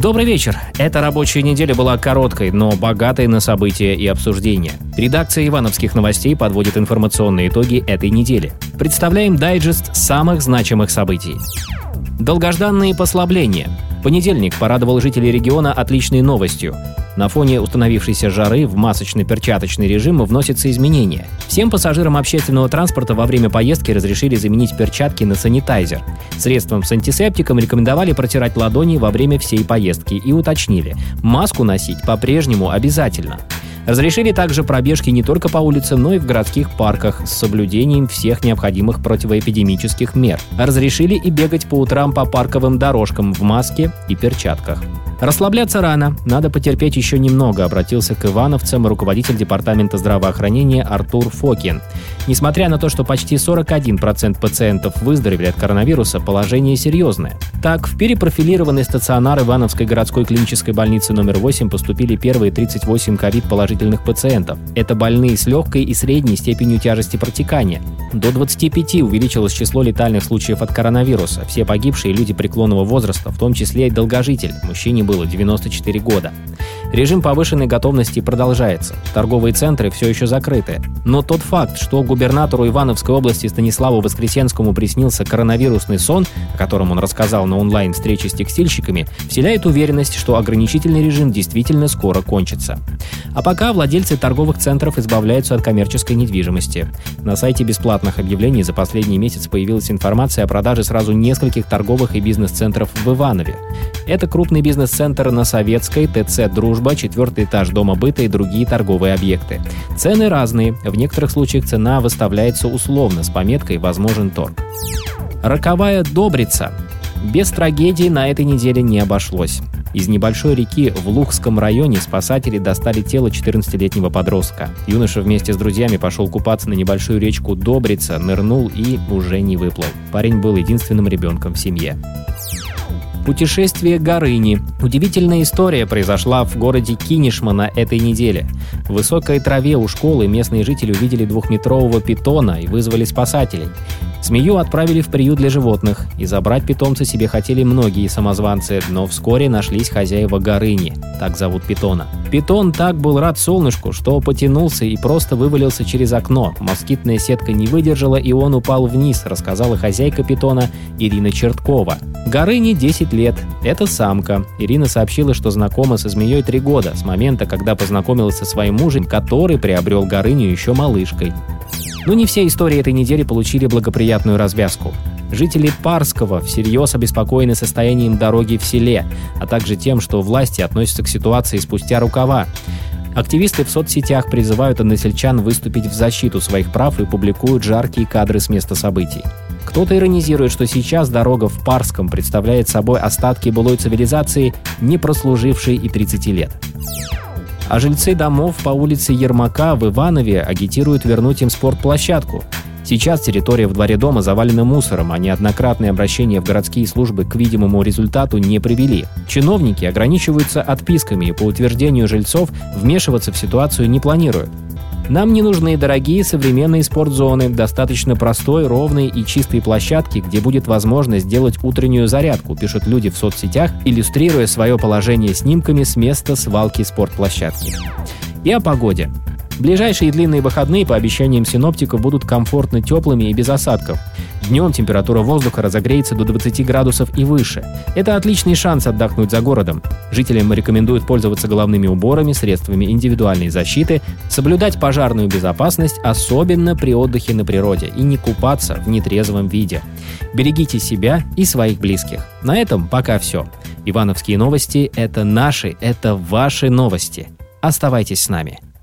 Добрый вечер. Эта рабочая неделя была короткой, но богатой на события и обсуждения. Редакция «Ивановских новостей» подводит информационные итоги этой недели. Представляем дайджест самых значимых событий. Долгожданные послабления. Понедельник порадовал жителей региона отличной новостью. На фоне установившейся жары в масочно-перчаточный режим вносятся изменения. Всем пассажирам общественного транспорта во время поездки разрешили заменить перчатки на санитайзер. Средством с антисептиком рекомендовали протирать ладони во время всей поездки и уточнили – маску носить по-прежнему обязательно. Разрешили также пробежки не только по улицам, но и в городских парках с соблюдением всех необходимых противоэпидемических мер. Разрешили и бегать по утрам по парковым дорожкам в маске и перчатках. Расслабляться рано, надо потерпеть еще немного, обратился к ивановцам руководитель департамента здравоохранения Артур Фокин. Несмотря на то, что почти 41% пациентов выздоровели от коронавируса, положение серьезное. Так, в перепрофилированный стационар Ивановской городской клинической больницы номер 8 поступили первые 38 ковид-положительных пациентов. Это больные с легкой и средней степенью тяжести протекания. До 25 увеличилось число летальных случаев от коронавируса. Все погибшие люди преклонного возраста, в том числе и долгожитель. Мужчине было 94 года. Режим повышенной готовности продолжается. Торговые центры все еще закрыты. Но тот факт, что губернатору Ивановской области Станиславу Воскресенскому приснился коронавирусный сон, о котором он рассказал на онлайн-встрече с текстильщиками, вселяет уверенность, что ограничительный режим действительно скоро кончится. А пока владельцы торговых центров избавляются от коммерческой недвижимости. На сайте бесплатных объявлений за последний месяц появилась информация о продаже сразу нескольких торговых и бизнес-центров в Иванове. Это крупный бизнес-центр на Советской, ТЦ «Дружба», 4-й этаж Дома быта и другие торговые объекты. Цены разные, в некоторых случаях цена выставляется условно с пометкой «Возможен торг». Роковая Добрица. Без трагедий на этой неделе не обошлось. Из небольшой реки в Лухском районе спасатели достали тело 14-летнего подростка. Юноша вместе с друзьями пошел купаться на небольшую речку Добрица, нырнул и уже не выплыл. Парень был единственным ребенком в семье. Путешествие Горыни. Удивительная история произошла в городе Кинешма на этой неделе. В высокой траве у школы местные жители увидели 2-метрового питона и вызвали спасателей. Змею отправили в приют для животных, и забрать питомца себе хотели многие самозванцы, но вскоре нашлись хозяева Горыни, так зовут питона. Питон так был рад солнышку, что потянулся и просто вывалился через окно. Москитная сетка не выдержала, и он упал вниз, рассказала хозяйка питона Ирина Черткова. Горыни 10 лет. Это самка. Ирина сообщила, что знакома со змеей 3 года, с момента, когда познакомилась со своим мужем, который приобрел Горыню еще малышкой. Но не все истории этой недели получили благоприятную развязку. Жители Парского всерьез обеспокоены состоянием дороги в селе, а также тем, что власти относятся к ситуации спустя рукава. Активисты в соцсетях призывают односельчан выступить в защиту своих прав и публикуют жаркие кадры с места событий. Кто-то иронизирует, что сейчас дорога в Парском представляет собой остатки былой цивилизации, не прослужившей и 30 лет. А жильцы домов по улице Ермака в Иванове агитируют вернуть им спортплощадку. Сейчас территория в дворе дома завалена мусором, а неоднократные обращения в городские службы к видимому результату не привели. Чиновники ограничиваются отписками и, по утверждению жильцов, вмешиваться в ситуацию не планируют. Нам не нужны дорогие современные спортзоны, достаточно простой, ровной и чистой площадки, где будет возможность сделать утреннюю зарядку, пишут люди в соцсетях, иллюстрируя свое положение снимками с места свалки спортплощадки. И о погоде. Ближайшие длинные выходные, по обещаниям синоптиков, будут комфортно теплыми и без осадков. Днем температура воздуха разогреется до 20 градусов и выше. Это отличный шанс отдохнуть за городом. Жителям рекомендуют пользоваться головными уборами, средствами индивидуальной защиты, соблюдать пожарную безопасность, особенно при отдыхе на природе, и не купаться в нетрезвом виде. Берегите себя и своих близких. На этом пока все. Ивановские новости – это наши, это ваши новости. Оставайтесь с нами.